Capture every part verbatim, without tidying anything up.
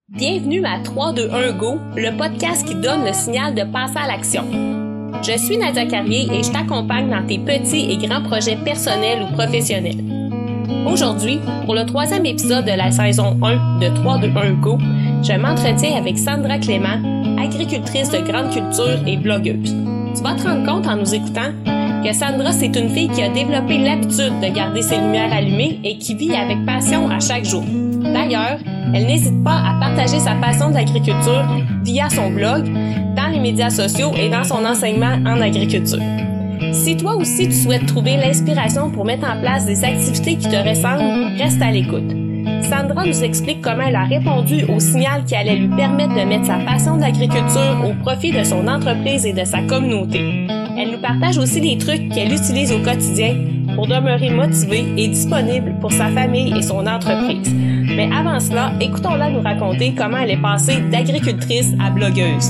Bienvenue à trois, deux, un, Go, le podcast qui donne le signal de passer à l'action. Je suis Nadia Carrier et je t'accompagne dans tes petits et grands projets personnels ou professionnels. Aujourd'hui, pour le troisième épisode de la saison un de trois, deux, un, Go, je m'entretiens avec Sandra Clément, agricultrice de grande culture et blogueuse. Tu vas te rendre compte en nous écoutant que Sandra, c'est une fille qui a développé l'habitude de garder ses lumières allumées et qui vit avec passion à chaque jour. D'ailleurs, elle n'hésite pas à partager sa passion de l'agriculture via son blog, dans les médias sociaux et dans son enseignement en agriculture. Si toi aussi tu souhaites trouver l'inspiration pour mettre en place des activités qui te ressemblent, reste à l'écoute. Sandra nous explique comment elle a répondu au signal qui allait lui permettre de mettre sa passion de l'agriculture au profit de son entreprise et de sa communauté. Elle nous partage aussi les trucs qu'elle utilise au quotidien pour demeurer motivée et disponible pour sa famille et son entreprise. Mais avant cela, écoutons-la nous raconter comment elle est passée d'agricultrice à blogueuse.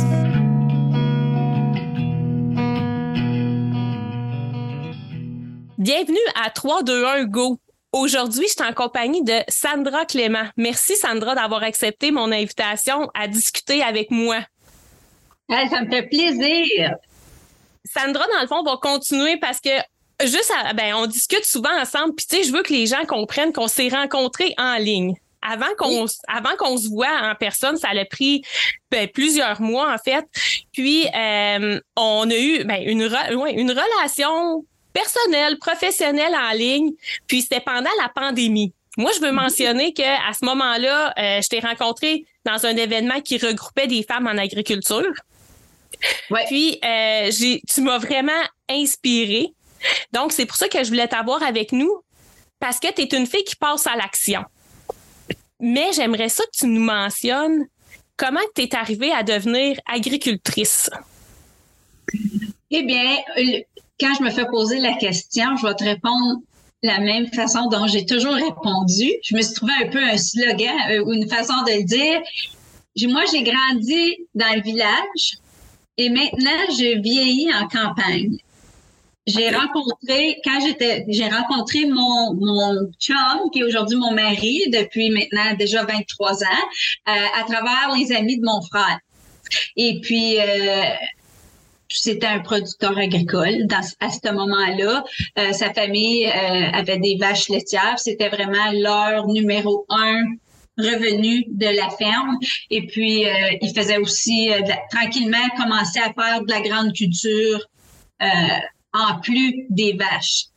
Bienvenue à trois, deux, un, Go! Aujourd'hui, je suis en compagnie de Sandra Clément. Merci Sandra d'avoir accepté mon invitation à discuter avec moi. Hey, ça me fait plaisir! Sandra, dans le fond, va continuer parce que juste, à, ben, on discute souvent ensemble. Puis, tu sais, je veux que les gens comprennent qu'on s'est rencontrés en ligne. Avant qu'on, oui. avant qu'on se voit en personne, ça a pris ben, plusieurs mois, en fait. Puis, euh, on a eu ben, une, re, ouais, une relation personnelle, professionnelle en ligne. Puis, c'était pendant la pandémie. Moi, je veux mentionner qu'à ce moment-là, euh, je t'ai rencontrée dans un événement qui regroupait des femmes en agriculture. Ouais. Puis, euh, j'ai, tu m'as vraiment inspirée. Donc, c'est pour ça que je voulais t'avoir avec nous, parce que tu es une fille qui passe à l'action. Mais j'aimerais ça que tu nous mentionnes comment tu es arrivée à devenir agricultrice. Eh bien, quand je me fais poser la question, je vais te répondre de la même façon dont j'ai toujours répondu. Je me suis trouvé un peu un slogan ou une façon de le dire. Moi, j'ai grandi dans le village. Et maintenant, je vieillis en campagne. J'ai okay. rencontré, quand j'étais, j'ai rencontré mon, mon chum, qui est aujourd'hui mon mari, depuis maintenant déjà vingt-trois ans, euh, à travers les amis de mon frère. Et puis, euh, c'était un producteur agricole dans, à ce moment-là. Euh, sa famille euh, avait des vaches laitières. C'était vraiment leur numéro un revenu de la ferme. Et puis, euh, il faisait aussi euh, de, tranquillement commencer à faire de la grande culture euh, en plus des vaches.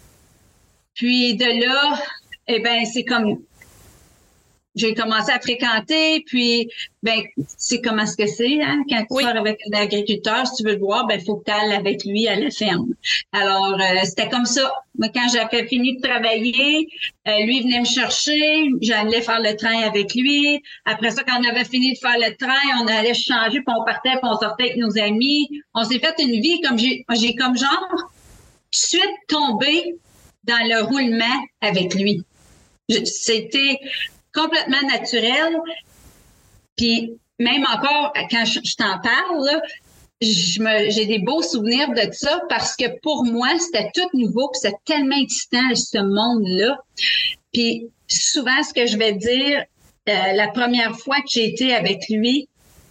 Puis de là, eh ben c'est comme j'ai commencé à fréquenter, puis ben c'est comment ce que c'est, hein, quand tu oui. pars avec un agriculteur, si tu veux le voir, ben faut que tu ailles avec lui à la ferme. Alors, euh, c'était comme ça. Moi, quand j'avais fini de travailler, euh, lui venait me chercher, j'allais faire le train avec lui. Après ça, quand on avait fini de faire le train, on allait changer, puis on partait, puis on sortait avec nos amis. On s'est fait une vie comme j'ai, j'ai comme genre, tout de suite tombé dans le roulement avec lui. Je, c'était complètement naturel. Puis même encore, quand je, je t'en parle, là, je me, j'ai des beaux souvenirs de ça parce que pour moi, c'était tout nouveau puis c'était tellement excitant, ce monde-là. Puis souvent, ce que je vais dire, euh, la première fois que j'ai été avec lui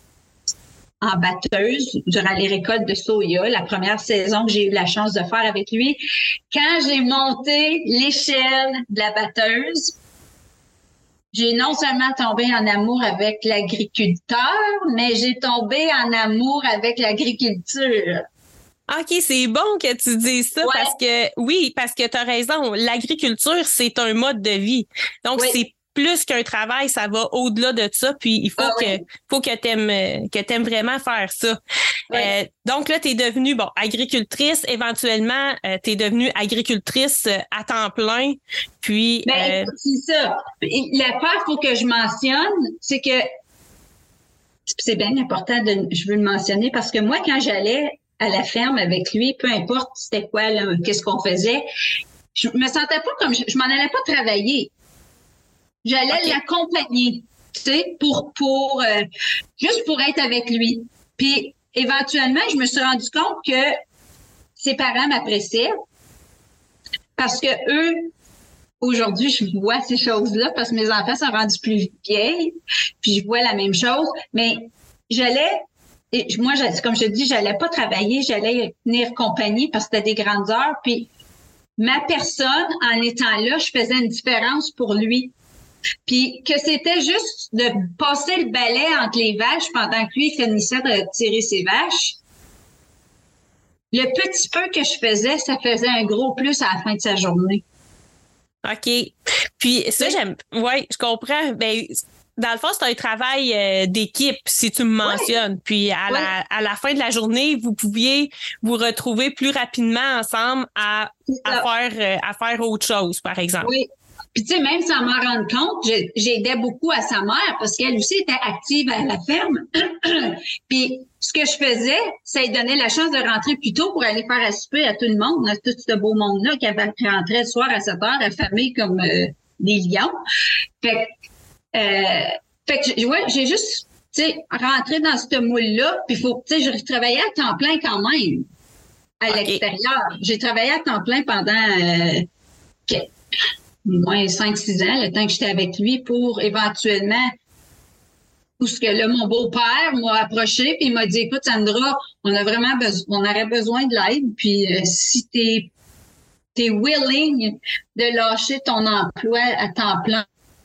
en batteuse durant les récoltes de soya, la première saison que j'ai eu la chance de faire avec lui, quand j'ai monté l'échelle de la batteuse, j'ai non seulement tombé en amour avec l'agriculteur, mais j'ai tombé en amour avec l'agriculture. OK, c'est bon que tu dises ça ouais. parce que, oui, parce que tu as raison, l'agriculture, c'est un mode de vie. Donc, oui. c'est plus qu'un travail, ça va au-delà de ça, puis il faut ah, que oui. faut que t'aimes que t'aimes vraiment faire ça. Oui. Euh, donc là, t'es devenue bon agricultrice, éventuellement, euh, t'es devenue agricultrice à temps plein, puis. Ben, euh... c'est ça. La part faut que je mentionne, c'est que c'est bien important de, je veux le mentionner parce que moi, quand j'allais à la ferme avec lui, peu importe c'était quoi, là, qu'est-ce qu'on faisait, je me sentais pas comme je, je m'en allais pas travailler. J'allais okay. l'accompagner, tu sais, pour, pour, euh, juste pour être avec lui. Puis, éventuellement, je me suis rendu compte que ses parents m'appréciaient parce que eux, aujourd'hui, je vois ces choses-là parce que mes enfants sont rendus plus vieilles, puis je vois la même chose. Mais j'allais, et moi, comme je te dis, j'allais pas travailler, j'allais tenir compagnie parce que c'était des grandes heures. Puis ma personne, en étant là, je faisais une différence pour lui. Puis que c'était juste de passer le balai entre les vaches pendant que lui il finissait de tirer ses vaches. Le petit peu que je faisais, ça faisait un gros plus à la fin de sa journée. OK. Puis ça, oui. j'aime. Oui, je comprends. Ben, dans le fond, c'est un travail euh, d'équipe, si tu me mentionnes. Oui. Puis à, oui. la, à la fin de la journée, vous pouviez vous retrouver plus rapidement ensemble à, à, faire, euh, à faire autre chose, par exemple. Oui. Puis tu sais, même sans m'en rendre compte, j'aidais beaucoup à sa mère parce qu'elle aussi était active à la ferme. Puis ce que je faisais, ça lui donnait la chance de rentrer plus tôt pour aller faire à souper à tout le monde, à tout ce beau monde-là qui avait rentré le soir à sept heures affamés comme euh, des lions. Fait que, euh, fait que ouais, j'ai juste, tu sais, rentré dans ce moule-là. Puis faut, tu sais, je travaillais à temps plein quand même à okay. l'extérieur. J'ai travaillé à temps plein pendant euh, okay. moins cinq six ans, le temps que j'étais avec lui pour éventuellement, où ce que là, mon beau-père m'a approché puis il m'a dit, écoute, Sandra, on a vraiment besoin, on aurait besoin de l'aide, puis euh, si t'es, t'es willing de lâcher ton emploi à temps plein.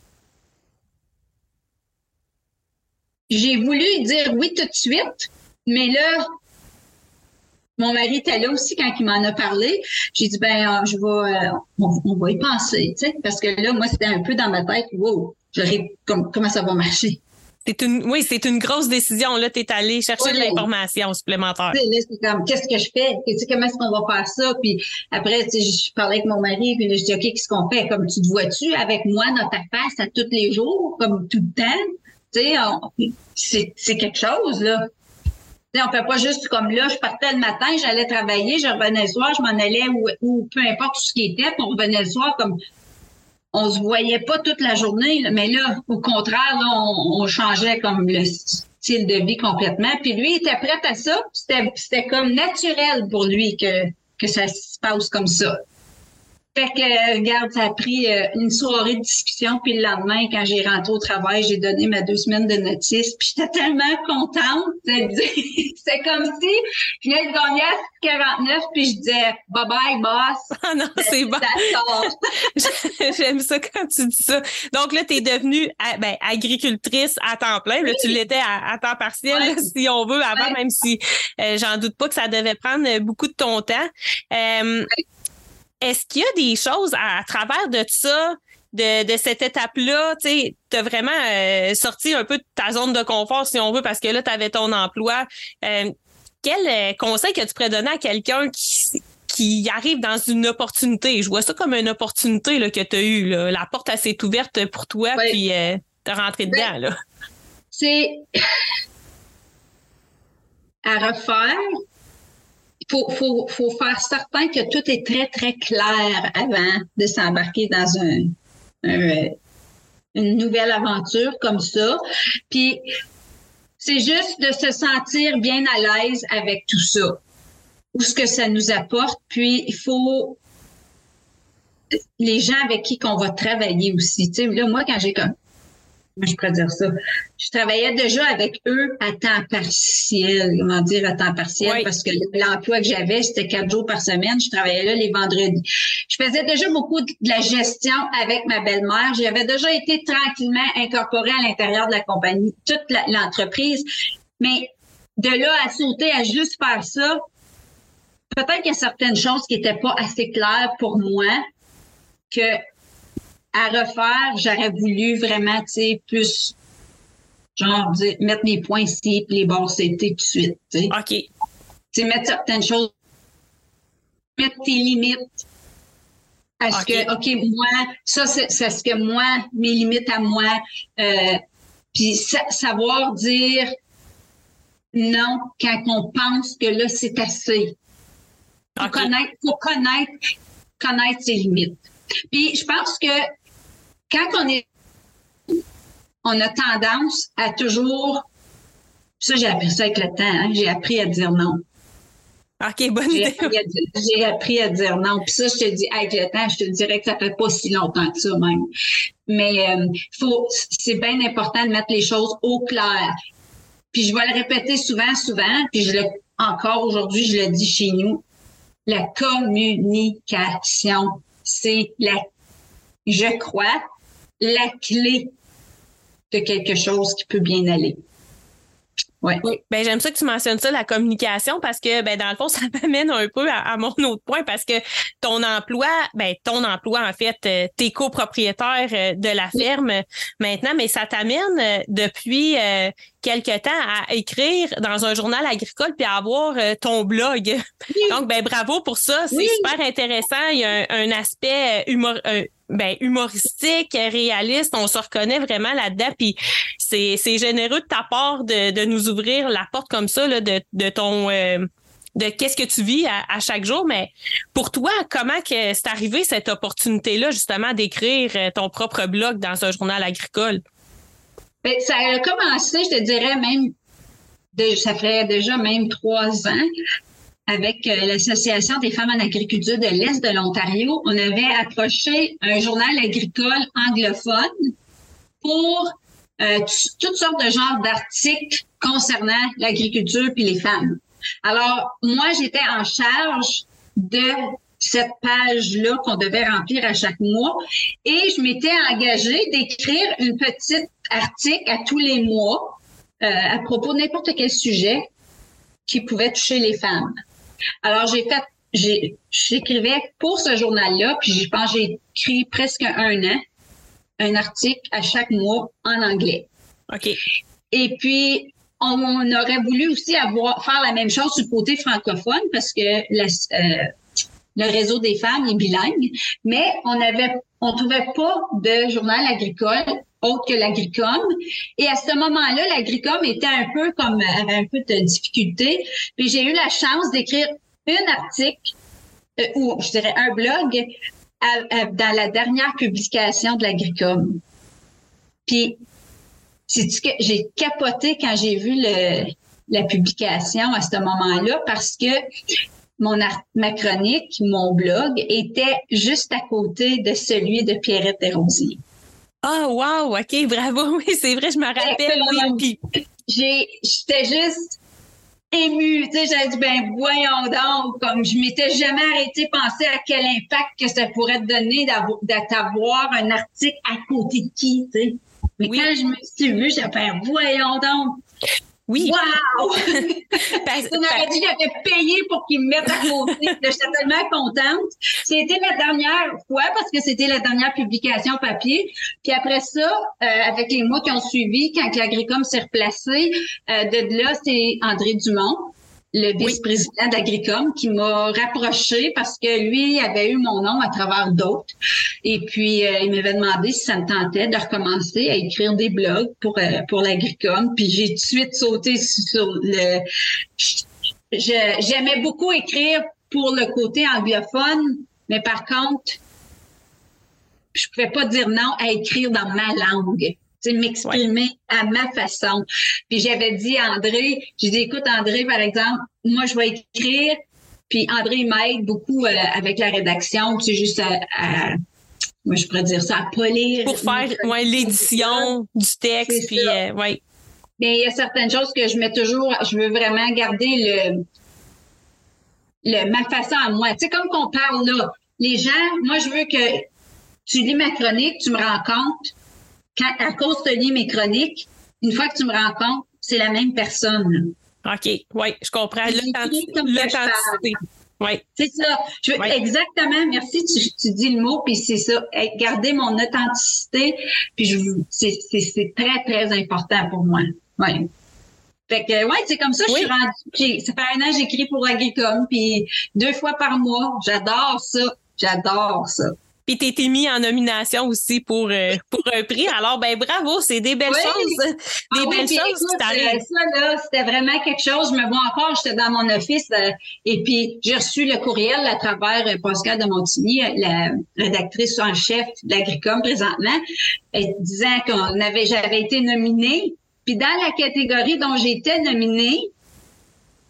J'ai voulu dire oui tout de suite, mais là, mon mari était là aussi quand il m'en a parlé. J'ai dit, ben, euh, je vais, euh, on, on va y penser, tu sais, parce que là, moi, c'était un peu dans ma tête, wow, j'aurais, comme, comment ça va marcher? C'est une, oui, c'est une grosse décision, là, t'es allé chercher oui. de l'information supplémentaire. Tu sais, là, c'est comme, qu'est-ce que je fais? Tu sais, comment est-ce qu'on va faire ça? Puis après, tu sais, je parlais avec mon mari, puis là, je dis, OK, qu'est-ce qu'on fait? Comme, tu te vois-tu avec moi dans ta face à tous les jours, comme tout le temps? Tu sais, on, c'est, c'est quelque chose, là. On fait pas juste comme là, je partais le matin, j'allais travailler, je revenais le soir, je m'en allais ou, ou peu importe tout ce qui était, puis on revenait le soir comme on se voyait pas toute la journée, là, mais là, au contraire, là, on, on changeait comme le style de vie complètement. Puis lui, il était prêt à ça, c'était, c'était comme naturel pour lui que, que ça se passe comme ça. Fait que, regarde, ça a pris euh, une soirée de discussion, puis le lendemain, quand j'ai rentré au travail, j'ai donné ma deux semaines de notice, puis j'étais tellement contente. C'est comme si je venais de gagner à quarante-neuf, puis je disais « Bye-bye, boss! » Ah non, c'est bon! J'aime ça quand tu dis ça. Donc là, t'es devenue ben, agricultrice à temps plein. Là, oui. Tu l'étais à, à temps partiel, ouais. là, si on veut, avant, ouais. même si euh, j'en doute pas que ça devait prendre beaucoup de ton temps. Euh, ouais. Est-ce qu'il y a des choses à, à travers de ça, de, de cette étape-là, tu sais, t'as vraiment euh, sorti un peu de ta zone de confort, si on veut, parce que là, t'avais ton emploi. Euh, quel euh, conseil que tu pourrais donner à quelqu'un qui, qui arrive dans une opportunité? Je vois ça comme une opportunité là, que t'as eue, là. La porte, elle s'est ouverte pour toi, oui. puis euh, t'es rentré dedans, oui. là. C'est à refaire. Faut, faut, faut faire certain que tout est très, très clair avant de s'embarquer dans un, un, une nouvelle aventure comme ça. Puis, c'est juste de se sentir bien à l'aise avec tout ça. Ou ce que ça nous apporte. Puis, il faut les gens avec qui qu'on va travailler aussi. Tu sais, là, moi, quand j'ai comme je pourrais dire ça. Je travaillais déjà avec eux à temps partiel. Comment dire à temps partiel? Oui. Parce que l'emploi que j'avais, c'était quatre jours par semaine. Je travaillais là les vendredis. Je faisais déjà beaucoup de la gestion avec ma belle-mère. J'avais déjà été tranquillement incorporée à l'intérieur de la compagnie, toute la, l'entreprise. Mais de là à sauter à juste faire ça, peut-être qu'il y a certaines choses qui n'étaient pas assez claires pour moi que à refaire, j'aurais voulu vraiment, tu sais, plus, genre, dire, mettre mes points ici puis les bords c'était tout de suite, tu sais. OK. Tu sais, mettre certaines choses, mettre tes limites. Est-ce okay. que, OK, moi, ça, c'est, c'est ce que moi, mes limites à moi, euh, puis sa- savoir dire non quand on pense que là, c'est assez. Faut okay. connaître, faut connaître, connaître ses limites. Puis, je pense que quand on est, on a tendance à toujours, ça j'ai appris ça avec le temps, hein, j'ai appris à dire non. OK, bonne J'ai idée. appris, à dire, j'ai appris à dire non. Puis ça, je te dis, avec le temps, je te dirais que ça fait pas si longtemps que ça même. Mais euh, faut, c'est bien important de mettre les choses au clair. Puis je vais le répéter souvent, souvent, puis je le, encore aujourd'hui, je le dis chez nous. La communication, c'est la, je crois, la clé de quelque chose qui peut bien aller. Ouais. Oui, ben j'aime ça que tu mentionnes ça, la communication, parce que ben dans le fond, ça m'amène un peu à, à mon autre point, parce que ton emploi, ben ton emploi, en fait, euh, t'es copropriétaire euh, de la ferme euh, maintenant, mais ça t'amène euh, depuis euh, quelque temps à écrire dans un journal agricole puis à avoir euh, ton blog. Oui. Donc, ben bravo pour ça, c'est Oui. super intéressant. Il y a un, un aspect humor, un, ben humoristique, réaliste, on se reconnaît vraiment là-dedans, puis c'est c'est généreux de ta part de de nous ouvrir la porte comme ça là, de de ton euh, de qu'est-ce que tu vis à, à chaque jour. Mais pour toi, comment que c'est arrivé cette opportunité-là justement d'écrire ton propre blog dans un journal agricole? Ben, ça a commencé, je te dirais même, de, ça fait déjà même trois ans. Avec euh, l'Association des femmes en agriculture de l'Est de l'Ontario, on avait approché un journal agricole anglophone pour euh, t- toutes sortes de genres d'articles concernant l'agriculture puis les femmes. Alors, moi, j'étais en charge de cette page-là qu'on devait remplir à chaque mois et je m'étais engagée d'écrire une petite article à tous les mois euh, à propos de n'importe quel sujet qui pouvait toucher les femmes. Alors, j'ai fait, j'ai, j'écrivais pour ce journal-là, puis je pense que j'ai écrit presque un an, un article à chaque mois en anglais. OK. Et puis, on, on aurait voulu aussi avoir, faire la même chose du côté francophone parce que la, euh, le réseau des femmes est bilingue, mais on avait, on trouvait pas de journal agricole autre que l'Agricom. Et à ce moment-là, l'Agricom était un peu comme, avait un peu de difficulté. Puis j'ai eu la chance d'écrire un article, euh, ou je dirais un blog, à, à, dans la dernière publication de l'Agricom. Puis, c'est-tu que j'ai capoté quand j'ai vu le, la publication à ce moment-là parce que mon art, ma chronique, mon blog était juste à côté de celui de Pierrette Desrosiers. Ah, oh, wow, OK, bravo. Oui, c'est vrai, je me rappelle. Oui, puis... J'ai, j'étais juste émue. Tu sais, j'ai dit, ben, voyons donc, comme je m'étais jamais arrêtée de penser à quel impact que ça pourrait te donner d'avoir, d'avoir un article à côté de qui, tu sais. Mais oui. Quand je me suis vue, j'ai fait, voyons donc. Oui. Wow! Parce qu'on aurait dit que j'avais payé pour qu'ils me mettent à côté. J'étais tellement contente. C'était la dernière fois parce que c'était la dernière publication papier. Puis après ça, euh, avec les mois qui ont suivi, quand l'Agricom s'est replacé, euh, de là, c'est André Dumont, le vice-président oui. d'Agricom, qui m'a rapproché parce que lui avait eu mon nom à travers d'autres. Et puis, euh, il m'avait demandé si ça me tentait de recommencer à écrire des blogs pour euh, pour l'Agricom. Puis j'ai tout de suite sauté sur le... Je, j'aimais beaucoup écrire pour le côté anglophone, mais par contre, je pouvais pas dire non à écrire dans ma langue. M'exprimer ouais. à ma façon. Puis j'avais dit à André, j'ai dit, écoute André, par exemple, moi je vais écrire, puis André m'aide beaucoup euh, avec la rédaction, c'est juste à, à, moi je pourrais dire ça, à polir. Pour faire ouais, l'édition du texte, puis euh, ouais. Mais il y a certaines choses que je mets toujours, je veux vraiment garder le, le ma façon à moi. Tu sais, comme qu'on parle là, les gens, moi je veux que tu lis ma chronique, tu me rends compte. Quand, à cause de lire mes chroniques, une fois que tu me rends compte, c'est la même personne. OK, oui, je comprends. L'authenticité. Oui. C'est ça. Je veux, ouais. Exactement. Merci, tu, tu dis le mot, puis c'est ça. Garder mon authenticité, puis je, c'est, c'est, c'est très, très important pour moi. Oui. Fait que, ouais, c'est comme ça, oui. je suis rendue. Ça fait un an, j'écris pour Agricom, puis deux fois par mois. J'adore ça. J'adore ça. Puis t'es été mis en nomination aussi pour euh, pour un prix. Alors ben bravo, c'est des belles oui. choses, des ah belles oui, choses qui t'arrivent. Ça là, c'était vraiment quelque chose. Je me vois encore, j'étais dans mon office euh, et puis j'ai reçu le courriel à travers euh, Pascal de Montigny, la rédactrice en chef d'Agricom présentement, elle, disant qu'on avait, j'avais été nominée. Puis dans la catégorie dont j'étais nominée,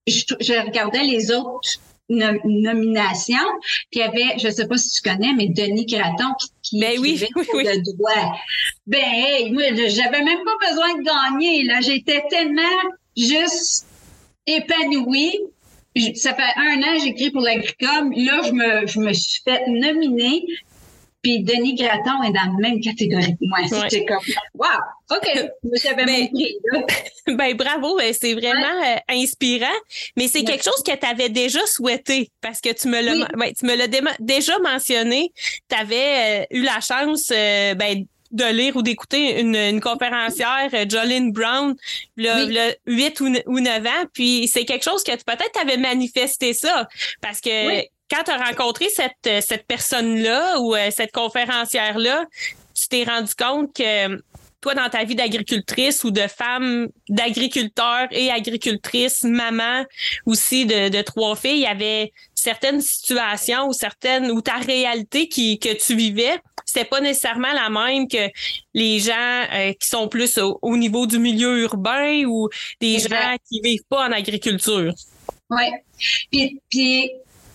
je, je regardais les autres nom- nominations, puis il y avait, je sais pas si tu connais, mais Denis Gratton qui, qui ben oui, oui, pour oui. le droit. Ben, hey, moi, j'avais même pas besoin de gagner, là. J'étais tellement juste épanouie. Ça fait un an que j'écris pour l'Agricom. Là, je me, je me suis fait nominer. Puis Denis Gratton est dans la même catégorie que moi. Ouais. C'était comme, wow, OK, j'avais ben, mon prix. Là. Ben bravo, ben, c'est vraiment Ouais. euh, inspirant. Mais c'est Merci. quelque chose que tu avais déjà souhaité parce que tu me l'as, Oui. ben, tu me l'as dé- déjà mentionné. Tu avais euh, eu la chance euh, ben, de lire ou d'écouter une, une conférencière, euh, Jolene Brown, le, Oui. le huit ou neuf ans. Puis c'est quelque chose que tu peut-être t'avais manifesté ça parce que Oui. quand tu as rencontré cette, cette personne-là ou euh, cette conférencière-là, tu t'es rendu compte que toi, dans ta vie d'agricultrice ou de femme d'agriculteur et agricultrice, maman aussi de, de trois filles, il y avait certaines situations ou certaines ou ta réalité qui que tu vivais, c'était pas nécessairement la même que les gens euh, qui sont plus au, au niveau du milieu urbain ou des Exact. gens qui vivent pas en agriculture. Oui. Puis, puis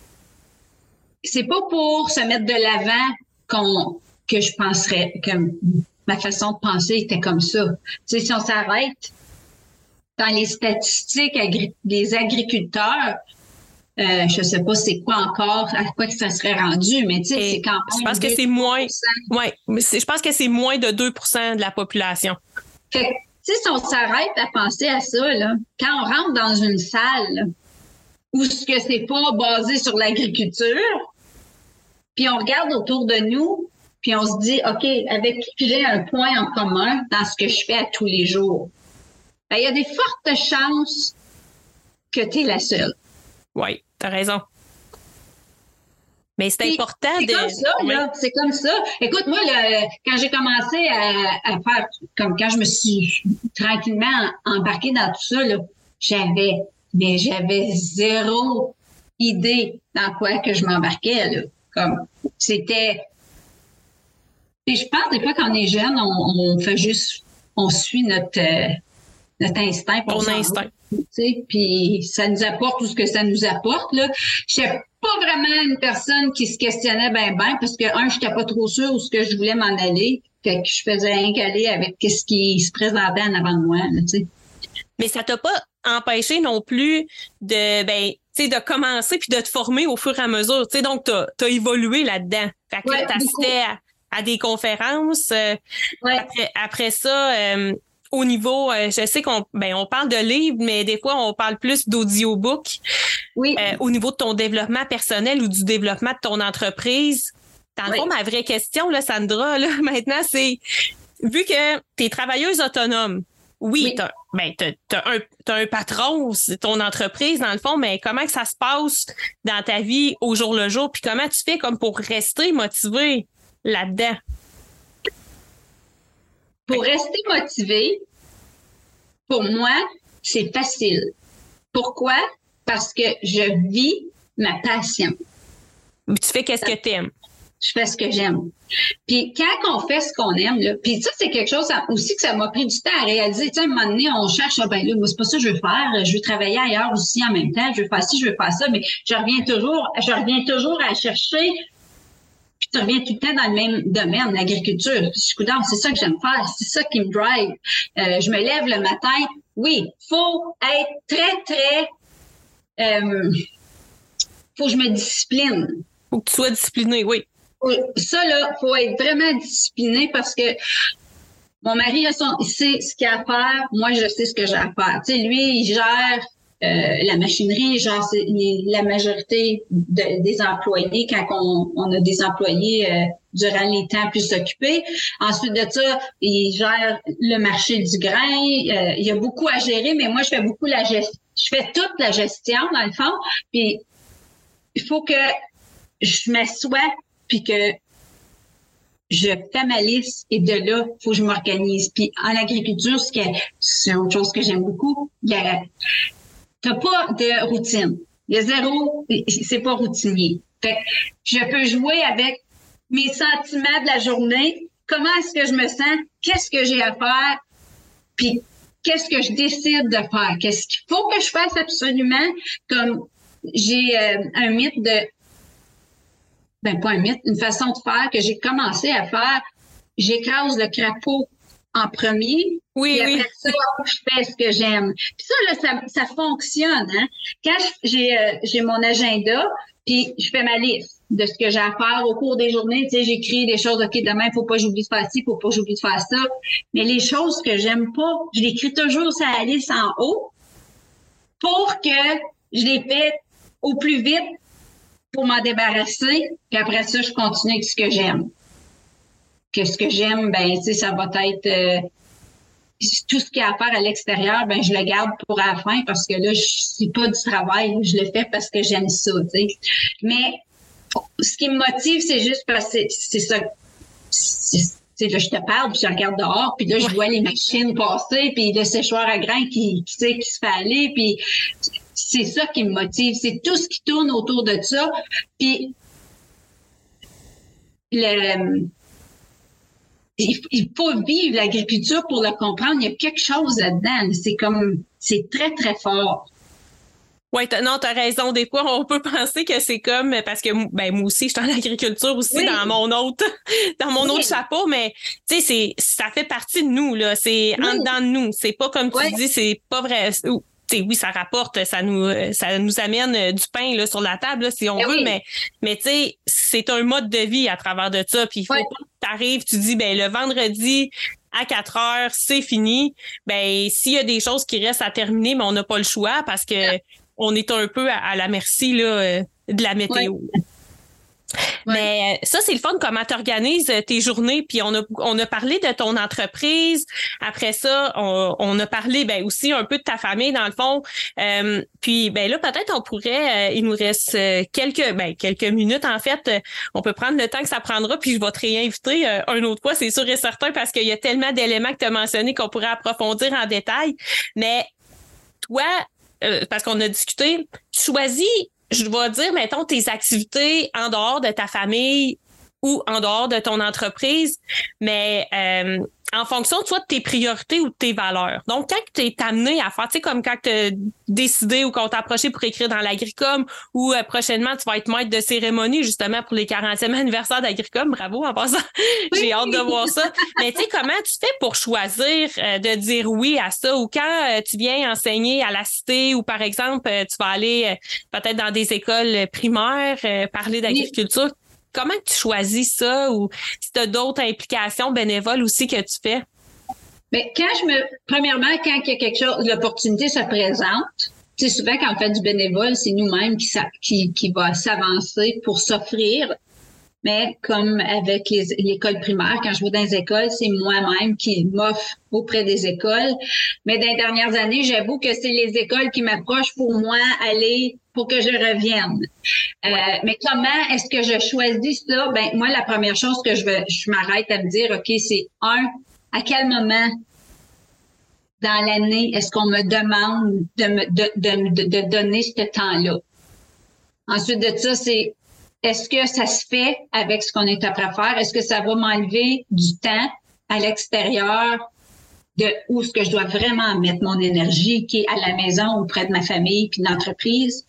c'est pas pour se mettre de l'avant qu'on que je penserais que ma façon de penser était comme ça. Tu sais, si on s'arrête dans les statistiques agri- des agriculteurs, euh, je sais pas c'est quoi encore, à quoi que ça serait rendu, mais tu sais, Et c'est quand même. je pense que c'est moins. Ouais, mais c'est, je pense que c'est moins de deux pour cent de la population. Fait que, tu sais, si on s'arrête à penser à ça, là, quand on rentre dans une salle où ce que c'est pas basé sur l'agriculture, puis on regarde autour de nous, puis on se dit, OK, avec qui j'ai un point en commun dans ce que je fais à tous les jours? Ben, il y a des fortes chances que tu es la seule. Oui, t'as raison. Mais c'est Puis, important c'est de... comme ça, là. C'est comme ça. Écoute, moi, là, quand j'ai commencé à, à faire, comme quand je me suis tranquillement embarquée dans tout ça, là, j'avais, mais j'avais zéro idée dans quoi que je m'embarquais, là. Comme, c'était... Puis je pense des fois quand on est jeune, on, on fait juste, on suit notre euh, notre instinct pour Ton instinct. Tu sais, puis ça nous apporte tout ce que ça nous apporte là. Je n'étais pas vraiment une personne qui se questionnait ben ben parce que un, j'étais pas trop sûre où ce que je voulais m'en aller, fait que je faisais rien qu'aller avec ce qui se présentait en avant de moi, là, tu sais. Mais ça t'a pas empêché non plus de ben tu sais de commencer puis de te former au fur et à mesure, tu sais, donc t'as t'as évolué là-dedans. Fait que Ouais, là, t'assistais à, à des conférences. Euh, ouais. après, après ça, euh, au niveau, euh, je sais qu'on ben on parle de livres, mais des fois on parle plus d'audiobook. Oui. Euh, au niveau de ton développement personnel ou du développement de ton entreprise. Dans le oui. fond, ma vraie question, là, Sandra, là, maintenant, c'est vu que t'es travailleuse autonome. Oui, oui. T'as, ben, t'as, t'as, un, t'as un patron, c'est ton entreprise, dans le fond, mais comment que ça se passe dans ta vie au jour le jour? Puis comment tu fais comme pour rester motivé là-dedans? Pour rester motivé, pour moi, c'est facile. Pourquoi? Parce que je vis ma passion. Tu fais qu'est-ce que t'aimes? Je fais ce que j'aime. Puis quand on fait ce qu'on aime, là, puis ça, c'est quelque chose aussi que ça m'a pris du temps à réaliser. Tu sais, à un moment donné, on cherche, ah ben là, moi, c'est pas ça que je veux faire. Je veux travailler ailleurs aussi en même temps. Je veux faire ci, je veux faire ça. Mais je reviens toujours, je reviens toujours à chercher. Puis tu reviens tout le temps dans le même domaine, l'agriculture. Je suis coudonc, c'est ça que j'aime faire. C'est ça qui me drive. Euh, je me lève le matin. Oui, faut être très, très... Euh, faut que je me discipline. Faut que tu sois discipliné, oui. Ça, là, faut être vraiment discipliné parce que mon mari a son, il sait ce qu'il a à faire. Moi, je sais ce que j'ai à faire. Tu sais, lui, il gère euh, la machinerie, il gère la majorité de, des employés quand on, on a des employés euh, durant les temps plus occupés. Ensuite de ça, il gère le marché du grain. Euh, il y a beaucoup à gérer, mais moi, je fais beaucoup la gestion. Je fais toute la gestion, dans le fond. Puis, il faut que je m'assoie puis que je fais ma liste et de là, il faut que je m'organise. Puis en agriculture, ce qui est, c'est autre chose que j'aime beaucoup, il y a, t'as pas de routine. Il y a zéro, c'est pas routinier. Fait que je peux jouer avec mes sentiments de la journée. Comment est-ce que je me sens? Qu'est-ce que j'ai à faire? Puis qu'est-ce que je décide de faire? Qu'est-ce qu'il faut que je fasse absolument? Comme j'ai euh, un mythe de, ben pas un mythe, une façon de faire que j'ai commencé à faire. J'écrase le crapaud en premier. Oui, puis après oui. ça, je fais ce que j'aime. Puis ça, là, ça, ça fonctionne. Hein? Quand j'ai euh, j'ai mon agenda, puis je fais ma liste de ce que j'ai à faire au cours des journées. Tu sais, j'écris des choses, OK, demain, faut pas que j'oublie de faire ci, faut pas que j'oublie de faire ça. Mais les choses que j'aime pas, je l'écris toujours sur la liste en haut pour que je les fais au plus vite pour m'en débarrasser. Puis après ça, je continue avec ce que j'aime. Que ce que j'aime, ben, tu sais, ça va être euh, tout ce qu'il y a à faire à l'extérieur, ben, je le garde pour la fin parce que là, je suis pas du travail, je le fais parce que j'aime ça, tu sais. Mais ce qui me motive, c'est juste parce que c'est ça. C'est, là, je te parle, puis je regarde dehors, puis là, je vois les machines passer, puis le séchoir à grains qui, qui, tu sais, qui se fait aller, puis c'est ça qui me motive. C'est tout ce qui tourne autour de ça. Puis le... il faut vivre l'agriculture pour le comprendre. Il y a quelque chose là-dedans. C'est comme, c'est très, très fort. Oui, non, t'as raison. Des fois, on peut penser que c'est comme, parce que ben moi aussi, je suis en agriculture aussi oui. dans mon autre, dans mon oui. autre chapeau, mais tu sais, c'est, ça fait partie de nous là. C'est oui. en dedans de nous. C'est pas comme tu oui. dis, c'est pas vrai. T'sais, oui, ça rapporte, ça nous, ça nous amène du pain là sur la table là, si on eh veut, oui. mais, mais tu sais, c'est un mode de vie à travers de ça. Puis il faut oui. pas que t'arrives, tu dis ben le vendredi à quatre heures, c'est fini. Ben s'il y a des choses qui restent à terminer, mais on n'a pas le choix parce que ouais. on est un peu à, à la merci là de la météo. Ouais. Ouais. Mais ça, c'est le fun, comment tu organises tes journées. Puis on a on a parlé de ton entreprise. Après ça, on, on a parlé ben aussi un peu de ta famille, dans le fond. Euh, puis ben là, peut-être on pourrait, euh, il nous reste quelques ben quelques minutes, en fait. On peut prendre le temps que ça prendra, puis je vais te réinviter euh, un autre fois, c'est sûr et certain, parce qu'il y a tellement d'éléments que tu as mentionnés qu'on pourrait approfondir en détail. Mais toi, euh, parce qu'on a discuté, tu choisis, je dois dire, mettons, tes activités en dehors de ta famille ou en dehors de ton entreprise, mais euh, en fonction, soit de tes priorités ou de tes valeurs. Donc, quand tu es amené à faire, tu sais, comme quand tu as décidé ou qu'on t'a approché pour écrire dans l'Agricom ou euh, prochainement, tu vas être maître de cérémonie, justement, pour les quarantième anniversaire d'Agricom. Bravo, en passant. J'ai hâte de voir ça. Mais tu sais, comment tu fais pour choisir euh, de dire oui à ça? Ou quand euh, tu viens enseigner à la cité ou, par exemple, euh, tu vas aller euh, peut-être dans des écoles primaires, euh, parler d'agriculture. Oui. Comment tu choisis ça ou si tu as d'autres implications bénévoles aussi que tu fais? Bien, quand je me, premièrement, quand il y a quelque chose, l'opportunité se présente, tu sais, souvent quand on fait du bénévole, c'est nous-mêmes qui, qui, qui va s'avancer pour s'offrir. Mais comme avec les, l'école primaire, quand je vais dans les écoles, c'est moi-même qui m'offre auprès des écoles. Mais dans les dernières années, j'avoue que c'est les écoles qui m'approchent pour moi aller, pour que je revienne. Euh, mais comment est-ce que je choisis ça? Ben, moi, la première chose que je veux, je m'arrête à me dire, OK, c'est un, à quel moment dans l'année est-ce qu'on me demande de me, de, de, de, de donner ce temps-là? Ensuite de ça, c'est est-ce que ça se fait avec ce qu'on est après à faire? Est-ce que ça va m'enlever du temps à l'extérieur de où est-ce que je dois vraiment mettre mon énergie, qui est à la maison, auprès de ma famille puis de l'entreprise?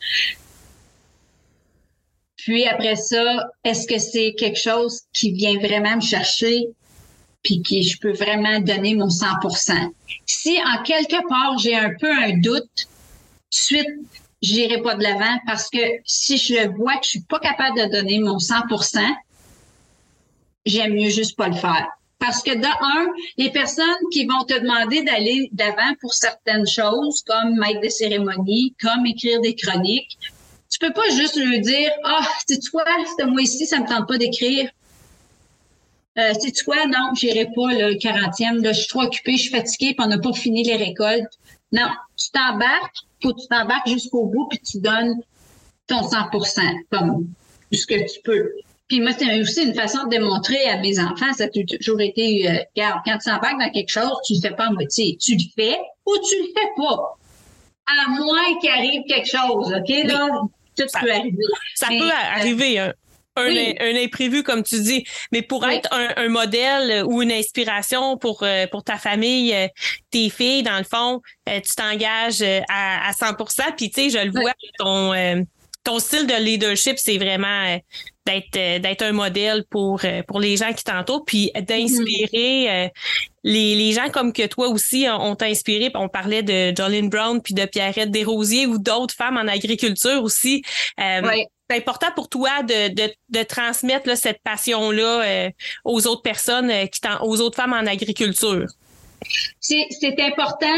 Puis après ça, est-ce que c'est quelque chose qui vient vraiment me chercher puis que je peux vraiment donner mon cent pour cent? Si en quelque part, j'ai un peu un doute, tout de suite, j'irai pas de l'avant parce que si je vois que je suis pas capable de donner mon cent pour cent, j'aime mieux juste pas le faire. Parce que de un, les personnes qui vont te demander d'aller d'avant pour certaines choses, comme maître de cérémonie, comme écrire des chroniques, tu peux pas juste lui dire « Ah, oh, sais-tu quoi, ce mois-ci, ça me tente pas d'écrire. Euh, sais-tu quoi, non, j'irai pas le quarantième, là, je suis trop occupée, je suis fatiguée, puis on n'a pas fini les récoltes. » Non, tu t'embarques, faut que tu t'embarques jusqu'au bout, puis tu donnes ton cent pour cent, comme ce que tu peux. Puis moi, c'est aussi une façon de démontrer à mes enfants, ça a toujours été, euh, regarde, quand tu t'embarques dans quelque chose, tu le fais pas en moitié. Tu le fais ou tu le fais pas. À moins qu'il arrive quelque chose, OK? Là, oui. tout ça, peut arriver. Ça Mais, peut arriver, hein. un, oui. un imprévu, comme tu dis. Mais pour oui. être un, un modèle ou une inspiration pour, pour ta famille, tes filles, dans le fond, tu t'engages à, à cent pour cent. Puis, tu sais, je le vois, oui. ton, ton style de leadership, c'est vraiment d'être, d'être un modèle pour, pour les gens qui t'entourent, puis d'inspirer mm-hmm. les, les gens comme que toi aussi ont inspiré. On parlait de Jolene Brown puis de Pierrette Desrosiers ou d'autres femmes en agriculture aussi. Euh, oui. C'est important pour toi de, de, de transmettre là, cette passion-là euh, aux autres personnes, euh, qui aux autres femmes en agriculture. C'est, c'est important,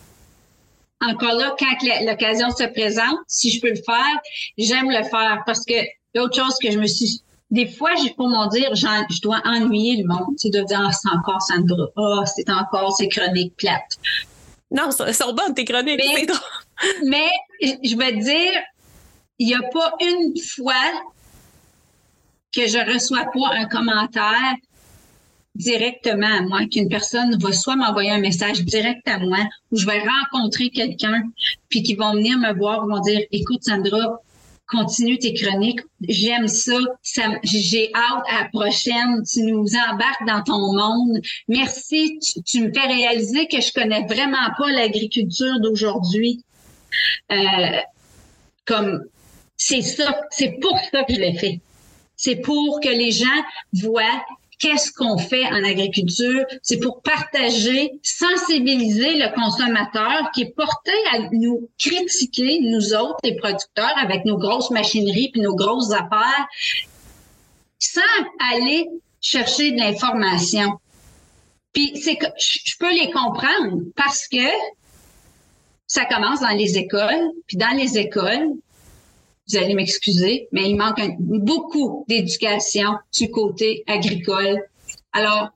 encore là, quand l'occasion se présente, si je peux le faire, j'aime le faire parce que l'autre chose que je me suis... Des fois, j'ai pour m'en dire, je dois ennuyer le monde. C'est de dire, ah, c'est encore Sandra. Ah, oh, c'est encore ces chroniques plates. Non, elles sont bonnes, tes chroniques. Mais, c'est drôle. Mais je vais te dire, il n'y a pas une fois que je reçois pas un commentaire directement à moi, qu'une personne va soit m'envoyer un message direct à moi, ou je vais rencontrer quelqu'un, puis qui vont venir me voir, vont dire, écoute Sandra, continue tes chroniques, j'aime ça, ça j'ai hâte à la prochaine, tu nous embarques dans ton monde, merci, tu, tu me fais réaliser que je connais vraiment pas l'agriculture d'aujourd'hui. Euh, comme c'est ça, c'est pour ça que je l'ai fait. C'est pour que les gens voient qu'est-ce qu'on fait en agriculture. C'est pour partager, sensibiliser le consommateur qui est porté à nous critiquer, nous autres, les producteurs, avec nos grosses machineries puis nos grosses affaires, sans aller chercher de l'information. Puis c'est que je peux les comprendre parce que ça commence dans les écoles, puis dans les écoles, vous allez m'excuser, mais il manque un, beaucoup d'éducation du côté agricole. Alors,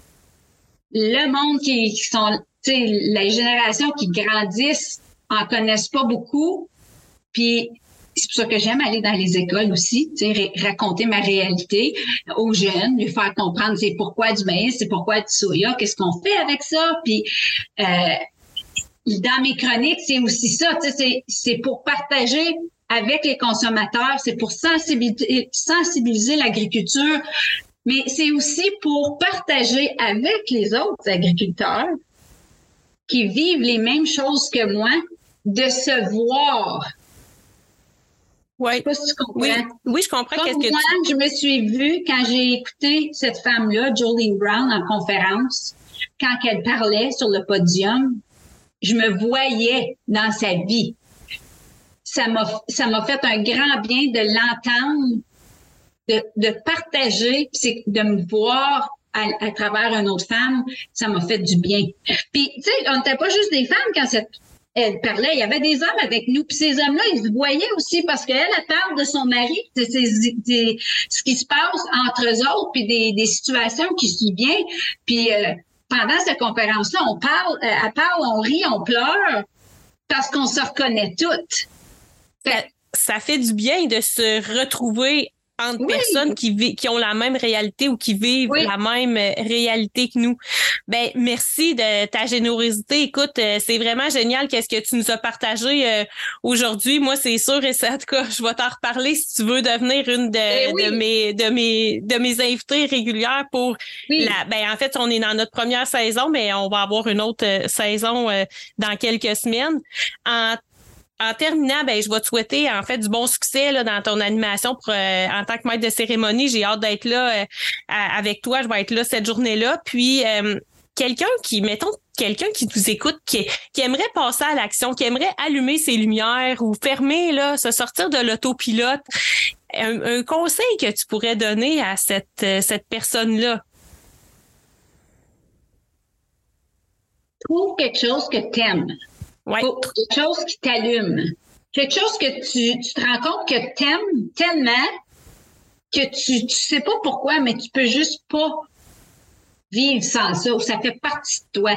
le monde qui, qui sont, tu sais, les générations qui grandissent en connaissent pas beaucoup. Puis, c'est pour ça que j'aime aller dans les écoles aussi, tu sais, raconter ma réalité aux jeunes, lui faire comprendre c'est pourquoi du maïs, c'est pourquoi du soya, qu'est-ce qu'on fait avec ça. Puis, euh, dans mes chroniques, c'est aussi ça, tu sais, c'est, c'est pour partager avec les consommateurs, c'est pour sensibiliser, sensibiliser l'agriculture, mais c'est aussi pour partager avec les autres agriculteurs qui vivent les mêmes choses que moi, de se voir. Oui. Je sais pas si tu comprends. Oui, oui je comprends. Comme qu'est-ce que moi, tu... je me suis vue quand j'ai écouté cette femme-là, Jolene Brown, en conférence, quand elle parlait sur le podium, je me voyais dans sa vie. Ça m'a, ça m'a fait un grand bien de l'entendre, de, de partager, c'est de me voir à, à travers une autre femme, ça m'a fait du bien. Puis, tu sais, on n'était pas juste des femmes quand cette, elle parlait, il y avait des hommes avec nous. Puis ces hommes-là, ils se voyaient aussi parce qu'elle, elle parle de son mari, de, de, de ce qui se passe entre eux autres, puis des, des situations qui se viennent. Puis euh, pendant cette conférence-là, on parle, euh, elle parle, on rit, on pleure, parce qu'on se reconnaît toutes. Ça, ça fait du bien de se retrouver entre oui. personnes qui, vi- qui ont la même réalité ou qui vivent oui. la même réalité que nous. Ben merci de ta générosité. Écoute, euh, c'est vraiment génial qu'est-ce que tu nous as partagé euh, aujourd'hui. Moi, c'est sûr et ça, en tout cas, je vais t'en reparler si tu veux devenir une de, eh oui. de mes de mes de mes invités régulières pour oui. la. Ben en fait, on est dans notre première saison, mais on va avoir une autre euh, saison euh, dans quelques semaines. En En terminant, ben je vais te souhaiter en fait du bon succès là dans ton animation pour, euh, en tant que maître de cérémonie. J'ai hâte d'être là euh, avec toi. Je vais être là cette journée-là. Puis euh, quelqu'un qui, mettons, quelqu'un qui nous écoute, qui, qui aimerait passer à l'action, qui aimerait allumer ses lumières ou fermer là, se sortir de l'autopilote. Un, un conseil que tu pourrais donner à cette cette personne-là. Trouve quelque chose que t'aimes. Ouais. Quelque chose qui t'allume. Quelque chose que tu, tu te rends compte que t'aimes tellement que tu, tu sais pas pourquoi, mais tu peux juste pas vivre sans ça, ou ça fait partie de toi.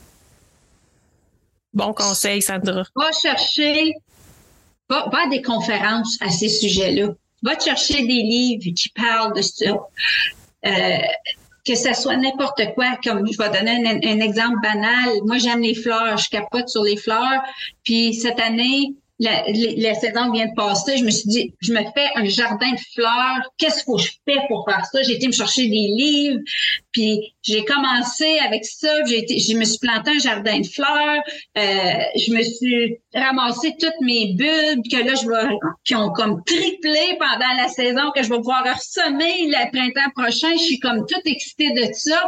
Bon conseil, Sandra. Va chercher, va, va à des conférences à ces sujets-là. Va te chercher des livres qui parlent de ça. Euh, que ça soit n'importe quoi, comme je vais donner un, un exemple banal. Moi, j'aime les fleurs, je capote sur les fleurs. Puis cette année, la, la, la saison vient de passer, je me suis dit, je me fais un jardin de fleurs. Qu'est-ce qu'il faut que je fais pour faire ça? J'ai été me chercher des livres, puis j'ai commencé avec ça. J'ai été, je me suis planté un jardin de fleurs. Euh, je me suis ramassé toutes mes bulbes que là, je vais, qui ont comme triplé pendant la saison, que je vais pouvoir ressemer le printemps prochain. Je suis comme toute excitée de ça.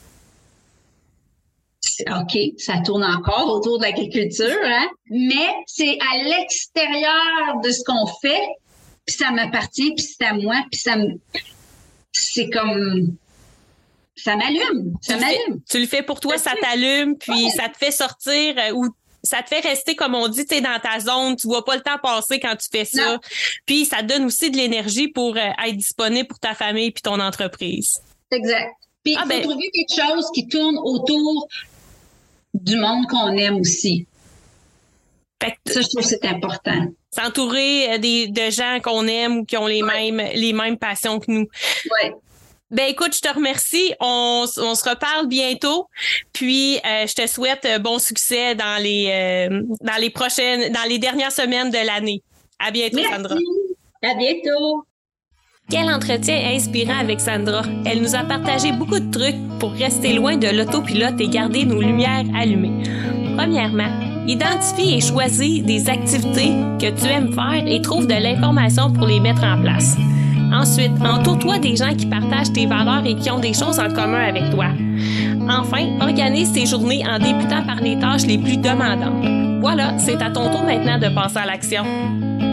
OK, ça tourne encore autour de l'agriculture, hein? Mais c'est à l'extérieur de ce qu'on fait, puis ça m'appartient, puis c'est à moi, puis ça me... C'est comme... Ça m'allume, ça tu m'allume. Le fais, tu le fais pour toi, ça t'allume, puis ouais. ça te fait sortir euh, ou ça te fait rester, comme on dit, tu sais, dans ta zone, tu vois pas le temps passer quand tu fais ça. Non. Puis ça te donne aussi de l'énergie pour euh, être disponible pour ta famille puis ton entreprise. Exact. Puis il ah, faut ben... trouver quelque chose qui tourne autour du monde qu'on aime aussi. Fait que ça, je trouve que c'est important. S'entourer des, de gens qu'on aime ou qui ont les, ouais. mêmes, les mêmes passions que nous. Oui. Ben écoute, je te remercie. On, on se reparle bientôt. Puis euh, je te souhaite bon succès dans les euh, dans les prochaines, dans les dernières semaines de l'année. À bientôt, Merci. Sandra. À bientôt. Quel entretien inspirant avec Sandra. Elle nous a partagé beaucoup de trucs pour rester loin de l'autopilote et garder nos lumières allumées. Premièrement, identifie et choisis des activités que tu aimes faire et trouve de l'information pour les mettre en place. Ensuite, entoure-toi des gens qui partagent tes valeurs et qui ont des choses en commun avec toi. Enfin, organise tes journées en débutant par les tâches les plus demandantes. Voilà, c'est à ton tour maintenant de passer à l'action.